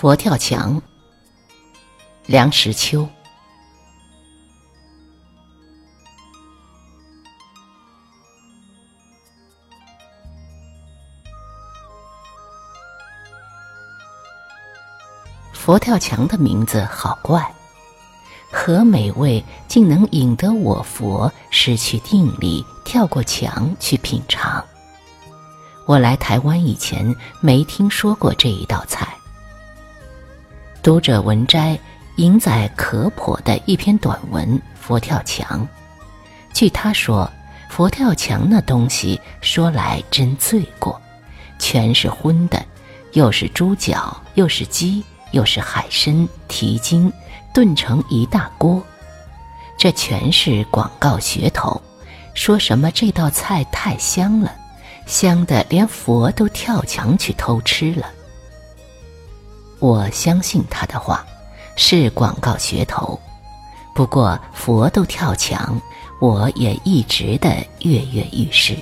佛跳墙，梁实秋。佛跳墙的名字好怪，何美味竟能引得我佛失去定力，跳过墙去品尝。我来台湾以前没听说过这一道菜。读者文摘引载可颇的一篇短文《佛跳墙》，据他说，佛跳墙那东西说来真罪过，全是荤的，又是猪脚，又是鸡，又是海参、蹄筋，炖成一大锅。这全是广告噱头，说什么这道菜太香了，香得连佛都跳墙去偷吃了。我相信他的话，是广告噱头。不过佛都跳墙，我也一直的跃跃欲试。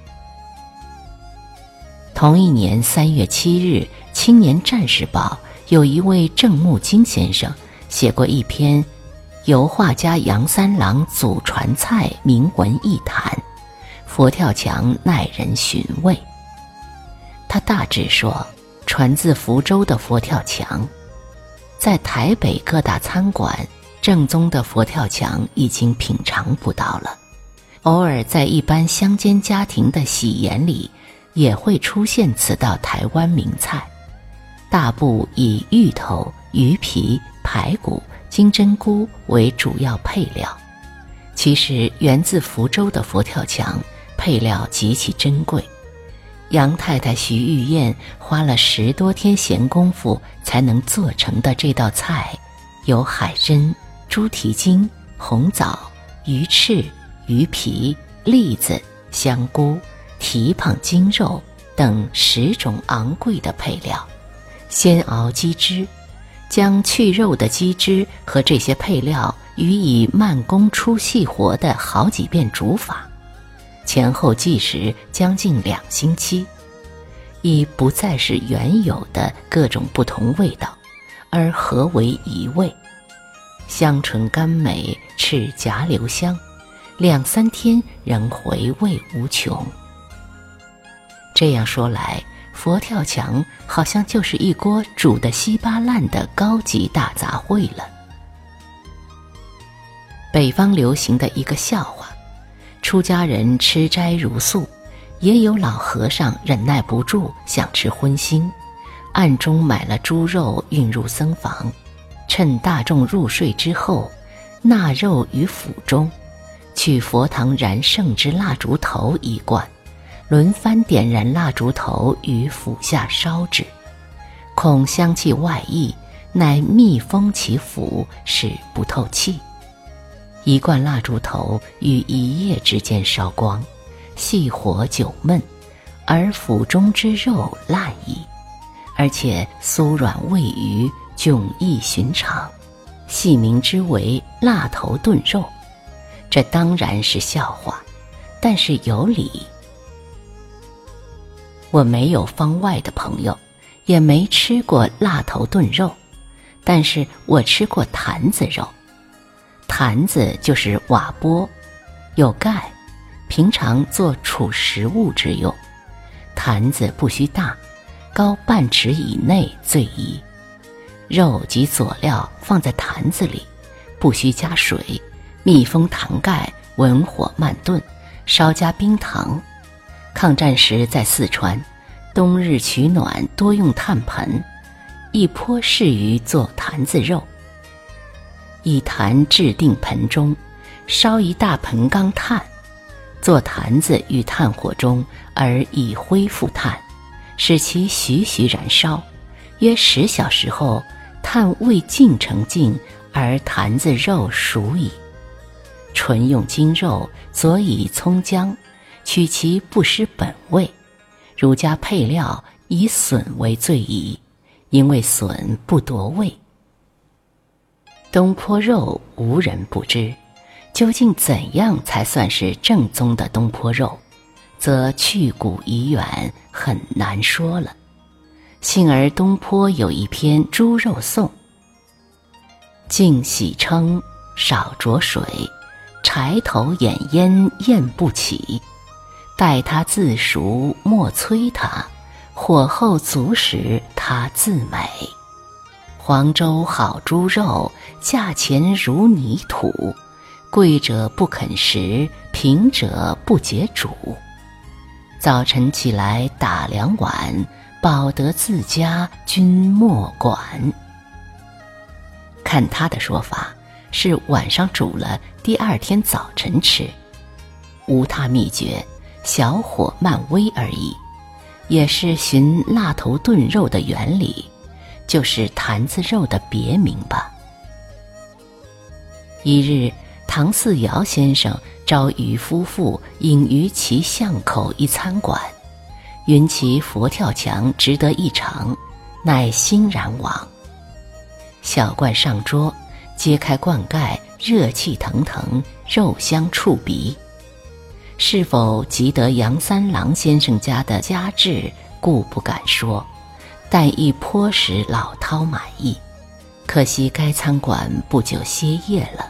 同一年3月7日，《青年战士报》有一位郑木金先生写过一篇由画家杨三郎祖传菜铭文一谈，佛跳墙耐人寻味。他大致说，传自福州的佛跳墙，在台北各大餐馆正宗的佛跳墙已经品尝不到了，偶尔在一般乡间家庭的喜宴里也会出现此道台湾名菜，大部以芋头、鱼皮、排骨、金针菇为主要配料。其实源自福州的佛跳墙配料极其珍贵，杨太太徐玉燕花了10多天闲工夫才能做成的这道菜，有海参、猪蹄筋、红枣、鱼翅、鱼皮、栗子、香菇、蹄膀筋肉等10种昂贵的配料。先熬鸡汁，将去肉的鸡汁和这些配料予以慢工出细活的好几遍煮法，前后计时将近2星期，已不再是原有的各种不同味道，而合为一味，香醇甘美，齿颊留香，2、3天仍回味无穷。这样说来，佛跳墙好像就是一锅煮得稀巴烂的高级大杂烩了。北方流行的一个笑话，出家人吃斋如素，也有老和尚忍耐不住想吃荤腥，暗中买了猪肉运入僧房，趁大众入睡之后，纳肉于釜中，取佛堂燃圣之蜡烛头1罐，轮番点燃蜡烛头于釜下烧之，恐香气外溢，乃密封其釜，使不透气。1罐蜡烛头于1夜之间烧光，细火久焖，而釜中之肉烂矣，而且酥软味余，迥异寻常，戏名之为蜡头炖肉。这当然是笑话，但是有理。我没有方外的朋友，也没吃过蜡头炖肉，但是我吃过坛子肉。坛子就是瓦钵，有盖，平常做储食物之用。坛子不须大，高半尺以内最宜。肉及佐料放在坛子里，不须加水，密封坛盖，文火慢炖，稍加冰糖。抗战时在四川，冬日取暖多用炭盆，亦颇适于做坛子肉。以坛置定盆中，烧一大盆钢炭，做坛子于炭火中，而以灰覆炭，使其徐徐燃烧，约10小时后，炭未尽成净，而坛子肉熟矣。纯用筋肉，佐以葱姜，取其不失本味。儒家配料以笋为最宜，因为笋不夺味。东坡肉无人不知，究竟怎样才算是正宗的东坡肉，则去骨已远，很难说了。 幸而东坡有一篇猪肉颂：净洗称，少着水，柴头掩烟焰不起。待他自熟，莫催他，火候足时，他自美。黄州好猪肉，价钱如泥土。贵者不肯食，贫者不解煮。早晨起来打2碗，饱得自家，君莫管。看他的说法，是晚上煮了，第2天早晨吃，无他秘诀，小火慢煨而已，也是循腊头炖肉的原理，就是坛子肉的别名吧。一日，唐嗣尧先生召于夫妇饮于其巷口一餐馆，云其佛跳墙值得一尝，乃欣然往。小罐上桌，揭开罐盖，热气腾腾，肉香触鼻。是否及得杨三郎先生家的佳制，故不敢说，但亦颇使老饕满意。可惜该餐馆不久歇业了。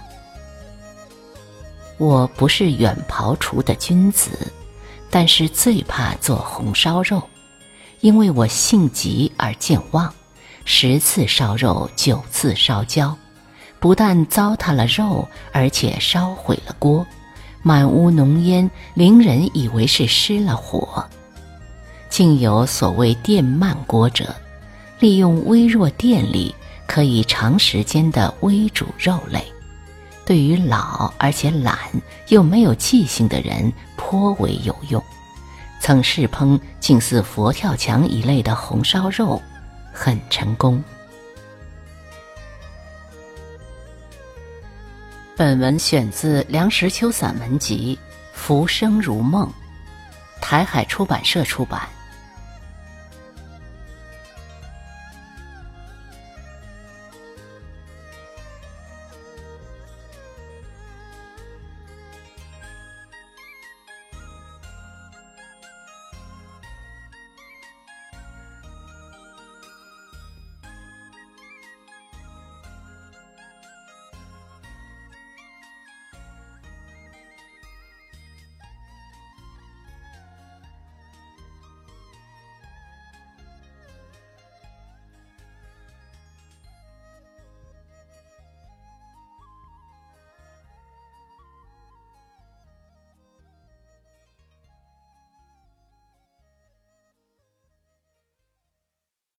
我不是远庖厨的君子，但是最怕做红烧肉，因为我性急而健忘，10次烧肉9次烧焦，不但糟蹋了肉，而且烧毁了锅，满屋浓烟，令人以为是失了火。竟有所谓电慢锅者，利用微弱电力，可以长时间的煨煮肉类，对于老而且懒又没有记性的人颇为有用。曾试烹近似佛跳墙一类的红烧肉，很成功。本文选自梁实秋散文集《浮生如梦》，台海出版社出版。